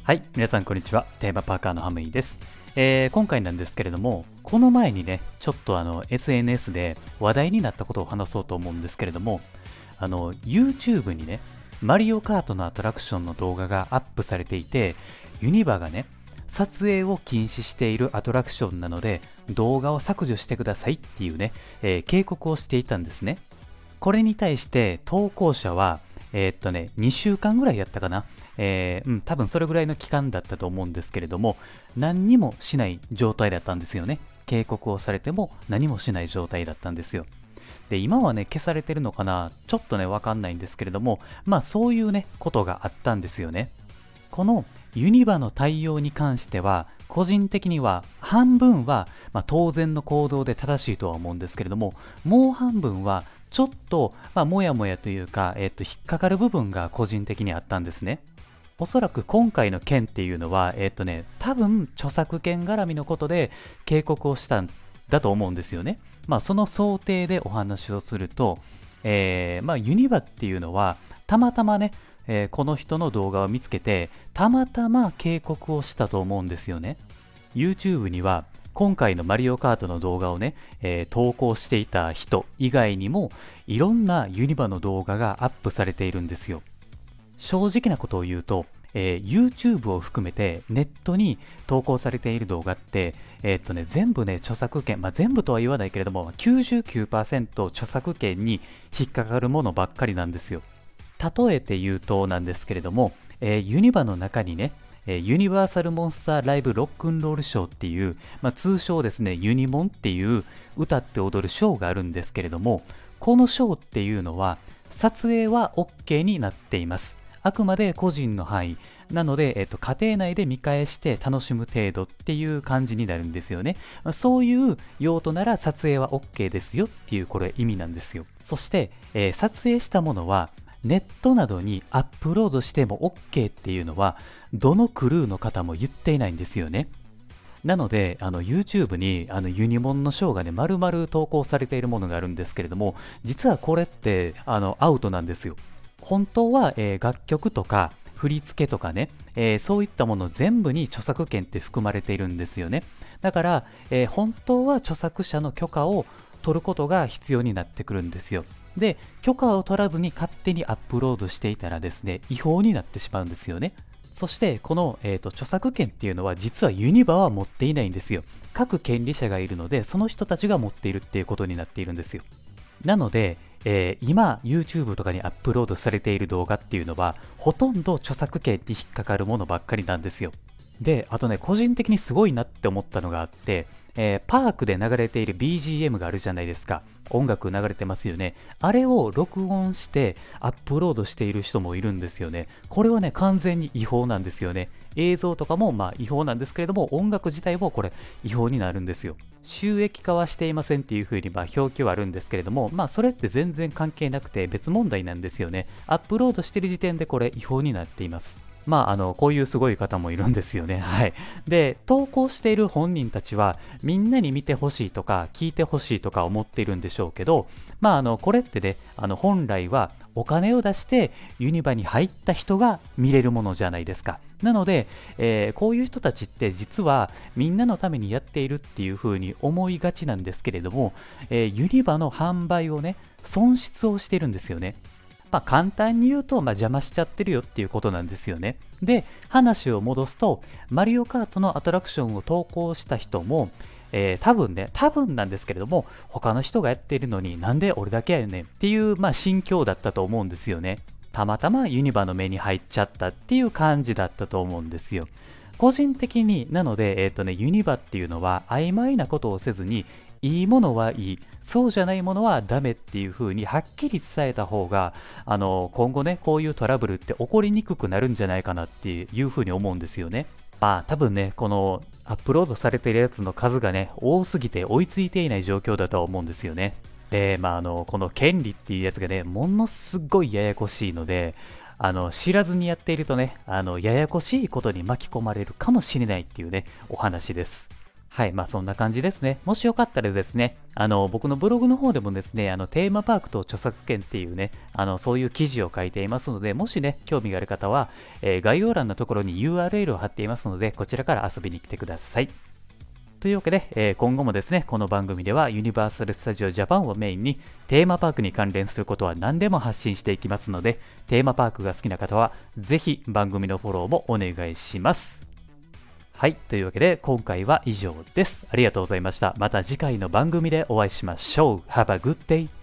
はい、皆さんこんにちは。テーマパーカーのハムイです。今回なんですけれども、この前にね、ちょっとSNS で話題になったことを話そうと思うんですけれども、YouTube にね、マリオカートのアトラクションの動画がアップされていて、ユニバがね、撮影を禁止しているアトラクションなので、動画を削除してくださいっていうね、警告をしていたんですね。これに対して投稿者は、2週間ぐらいやったかな。多分それぐらいの期間だったと思うんですけれども、何にもしない状態だったんですよね。警告をされても何もしない状態だったんですよ。で、今はね、消されてるのかな、ちょっとね、わかんないんですけれども、まあそういうね、ことがあったんですよね。このユニバの対応に関しては、個人的には半分は、当然の行動で正しいとは思うんですけれども、もう半分はちょっと、もやもやというか、引っかかる部分が個人的にあったんですね。おそらく今回の件っていうのは、多分著作権絡みのことで警告をしたんだと思うんですよね。その想定でお話をすると、ユニバっていうのは、たまたまね、この人の動画を見つけて、たまたま警告をしたと思うんですよね。YouTube には、今回のマリオカートの動画をね、投稿していた人以外にも、いろんなユニバの動画がアップされているんですよ。正直なことを言うと、YouTube を含めてネットに投稿されている動画って、全部ね、著作権、全部とは言わないけれども、99% 著作権に引っかかるものばっかりなんですよ。例えて言うとなんですけれども、ユニバの中にね、ユニバーサルモンスターライブロックンロールショーっていう、通称ですね、ユニモンっていう歌って踊るショーがあるんですけれども、このショーっていうのは、撮影は OK になっています。あくまで個人の範囲。なので、家庭内で見返して楽しむ程度っていう感じになるんですよね。そういう用途なら撮影は OK ですよっていうこれ意味なんですよ。そして、撮影したものはネットなどにアップロードしても OK っていうのはどのクルーの方も言っていないんですよね。なので、YouTube にユニモンのショーがね、丸々投稿されているものがあるんですけれども、実はこれってアウトなんですよ。本当は、楽曲とか振り付けとかね、そういったもの全部に著作権って含まれているんですよね。だから、本当は著作者の許可を取ることが必要になってくるんですよ。で、許可を取らずに勝手にアップロードしていたらですね、違法になってしまうんですよね。そして、この、著作権っていうのは実はユニバは持っていないんですよ。各権利者がいるので、その人たちが持っているっていうことになっているんですよ。なので、今 YouTube とかにアップロードされている動画っていうのはほとんど著作権に引っかかるものばっかりなんですよ。で、あとね、個人的にすごいなって思ったのがあって、パークで流れている BGM があるじゃないですか。音楽流れてますよね。あれを録音してアップロードしている人もいるんですよね。これはね、完全に違法なんですよね。映像とかも違法なんですけれども、音楽自体もこれ違法になるんですよ。収益化はしていませんっていう風に表記はあるんですけれども、それって全然関係なくて別問題なんですよね。アップロードしてる時点でこれ違法になっています。こういうすごい方もいるんですよね。はい。で、投稿している本人たちは、みんなに見てほしいとか、聞いてほしいとか思っているんでしょうけど、これってね、本来はお金を出してユニバに入った人が見れるものじゃないですか。なので、こういう人たちって実はみんなのためにやっているっていう風に思いがちなんですけれども、ユニバの販売をね、損失をしてるんですよね。簡単に言うと、邪魔しちゃってるよっていうことなんですよね。で、話を戻すと、マリオカートのアトラクションを投稿した人も、多分なんですけれども、他の人がやっているのになんで俺だけやねんっていう、心境だったと思うんですよね。たまたまユニバの目に入っちゃったっていう感じだったと思うんですよ。個人的に、なので、ユニバっていうのは曖昧なことをせずに、いいものはいい、そうじゃないものはダメっていう風にはっきり伝えた方が、今後ね、こういうトラブルって起こりにくくなるんじゃないかなっていう風に思うんですよね。多分ね、このアップロードされているやつの数がね、多すぎて追いついていない状況だとは思うんですよね。で、この権利っていうやつがね、ものすごいややこしいので、知らずにやっているとね、ややこしいことに巻き込まれるかもしれないっていうね、お話です。 はい、まあそんな感じですね。もしよかったらですね、僕のブログの方でもですね、テーマパークと著作権っていうね、そういう記事を書いていますので、もしね、興味がある方は、概要欄のところに URL を貼っていますので、こちらから遊びに来てください。というわけで、今後もですね、この番組ではユニバーサル・スタジオ・ジャパンをメインにテーマパークに関連することは何でも発信していきますので、テーマパークが好きな方はぜひ番組のフォローもお願いします。はい、というわけで今回は以上です。ありがとうございました。また次回の番組でお会いしましょう。Have a good day!